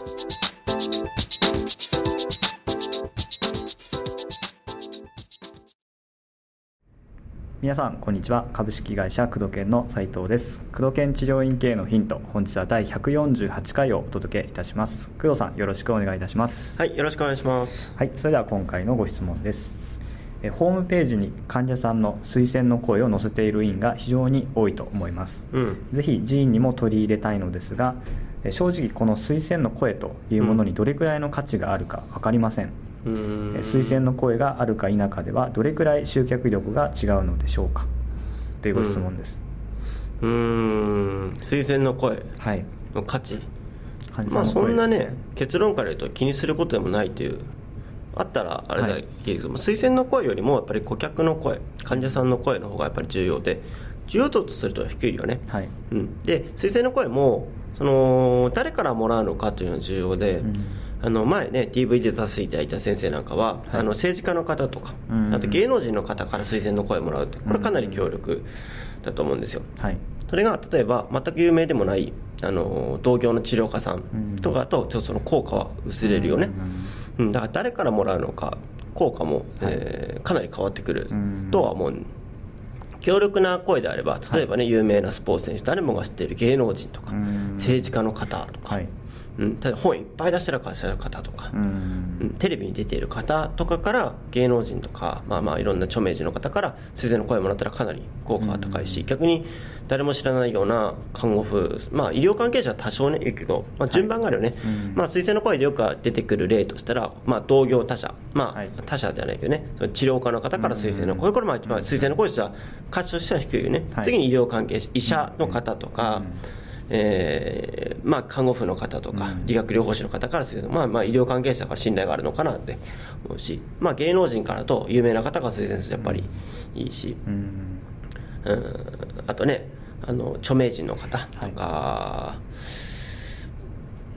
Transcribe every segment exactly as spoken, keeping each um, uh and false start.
皆さんこんにちは。株式会社工藤研の斉藤です。工藤研治療院経営のヒント、本日はだいひゃくよんじゅうはちかいをお届けいたします。工藤さん、よろしくお願いいたします。 はい、よろしくお願いします。 はい、それでは今回のご質問です。えホームページに患者さんの推薦の声を載せている院が非常に多いと思います、うん、ぜひ寺院にも取り入れたいのですが、正直この推薦の声というものにどれくらいの価値があるか分かりません。うーん推薦の声があるか否かではどれくらい集客力が違うのでしょうか、というご質問です。 うーん推薦の声の価値、はい、まあそんなね、結論から言うと気にすることでもないという、あったらあれだけど、はい、推薦の声よりもやっぱり顧客の声、患者さんの声の方がやっぱり重要で、重要度とすると低いよね、はいうん、で推薦の声もその誰からもらうのかというのが重要で、うんあの前ね ディーブイディー で出していただいた先生なんかは、はい、あの政治家の方とか、うんうん、あと芸能人の方から推薦の声をもらうって、これかなり強力だと思うんですよ、はい、それが例えば全く有名でもないあの同業の治療家さんとかだとちょっとその効果は薄れるよね、うん、うん、だから誰からもらうのか効果も、はいえー、かなり変わってくるとは思う。強力な声であれば例えばね、はい、有名なスポーツ選手、誰もが知っている芸能人とか政治家の方とか、はいうん、ただ本いっぱい出してる方とか、うん、テレビに出ている方とかから芸能人とか、まあ、まあいろんな著名人の方から推薦の声をもらったらかなり効果が高いし、うん、逆に誰も知らないような看護婦、まあ、医療関係者は多少ねいるけど、まあ、順番があるよね、はいうんまあ、推薦の声でよく出てくる例としたら、まあ、同業他社、まあはい、他社じゃないけどね、その治療家の方から推薦の声、これまあ一番推薦の声としては価値としては低いよね、はい、次に医療関係者、医者の方とか、うんえーまあ、看護婦の方とか、うん、理学療法士の方からすると、まあ、まあ医療関係者が信頼があるのかなって思うし、まあ、芸能人からと有名な方が推薦するとやっぱりいいし、うんうん、あとねあの著名人の方とか、はい、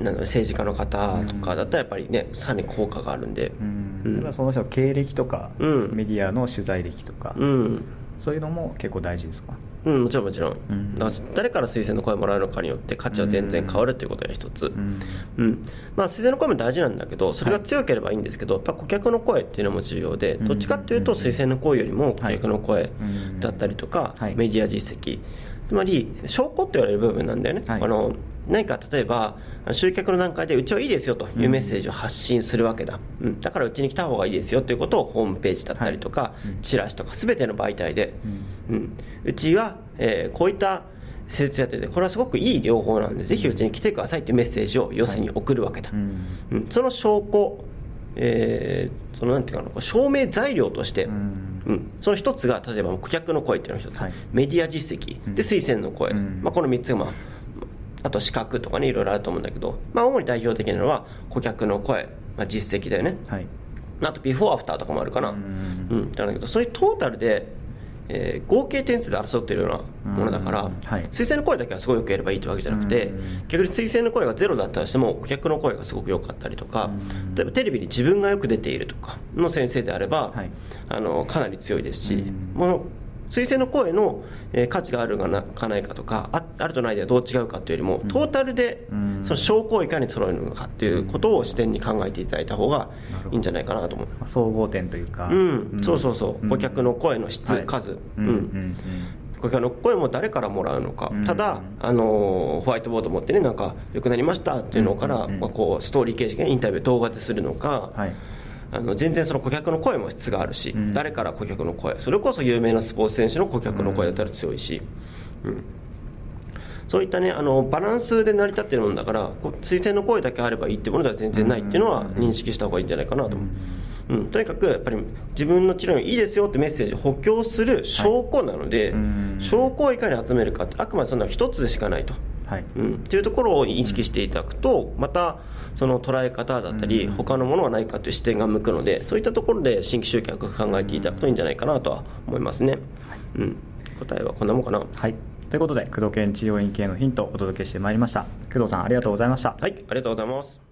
なんだ政治家の方とかだったらやっぱりねさらに効果があるんで、 うんうん、その人の経歴とか、うん、メディアの取材歴とか、うん、そういうのも結構大事ですか？ うん、もちろんもちろん、うん、だから誰から推薦の声をもらうのかによって価値は全然変わるということが一つ、うんうんまあ、推薦の声も大事なんだけど、それが強ければいいんですけど、はい、やっぱ顧客の声っていうのも重要で、どっちかっていうと推薦の声よりも顧客の声だったりとか、はい、メディア実績、つまり証拠って言われる部分なんだよね、はい、あの何か例えば集客の段階でうちはいいですよというメッセージを発信するわけだ、うん、だからうちに来た方がいいですよということをホームページだったりとか、はいうん、チラシとか全ての媒体で、うんうん、うちは、えー、こういった施術やっててこれはすごくいい療法なんでぜひうちに来てくださいというメッセージを要するに送るわけだ、はいうんうん、その証拠、えー、そのなんていうかな証明材料として、うんうん、その一つが例えば顧客の声っていうのが一つ、はい、メディア実績で推薦の声、うんまあ、このみっつがまああと資格とかねいろいろあると思うんだけど、まあ、主に代表的なのは顧客の声、まあ、実績だよね、はい、あとビフォーアフターとかもあるかな、うんうん、だけどそういうトータルで、えー、合計点数で争っているようなものだから、はい、推薦の声だけはすごいよくやればいいというわけじゃなくて、逆に推薦の声がゼロだったとしても顧客の声がすごく良かったりとか、例えばテレビに自分がよく出ているとかの先生であれば、はい、あのかなり強いですし、もう推薦の声の価値があるかないかとか あ, あるとないではどう違うかというよりも、うん、トータルでその証拠をいかに揃えるのかということを視点に考えていただいた方がいいんじゃないかなと思う。 総合点というか、 うんうん、そうそうそう、うん、顧客の声の質、はい、数、うんうんうん顧客の声も誰からもらうのか、うん、ただあのホワイトボード持ってねなんか良くなりましたっていうのから、うんうんまあ、こうストーリー形式でインタビュー動画でするのか、はいあの全然その顧客の声も質があるし、うん、誰から顧客の声、それこそ有名なスポーツ選手の顧客の声だったら強いし、うん、そういったねあのバランスで成り立っているものだから、推薦の声だけあればいいっていうものでは全然ないっていうのは認識した方がいいんじゃないかなと思う、うん、とにかくやっぱり自分の治療にいいですよってメッセージを補強する証拠なので、はい、証拠をいかに集めるかってあくまでそんな一つでしかないと、はいうん、っていうところを意識していただくと、またその捉え方だったり他のものはないかという視点が向くので、そういったところで新規集客を考えていただくといいんじゃないかなとは思いますね、はいうん、答えはこんなもんかな。 はいということで工藤研治療院系のヒントをお届けしてまいりました。工藤さんありがとうございました。 はいありがとうございます。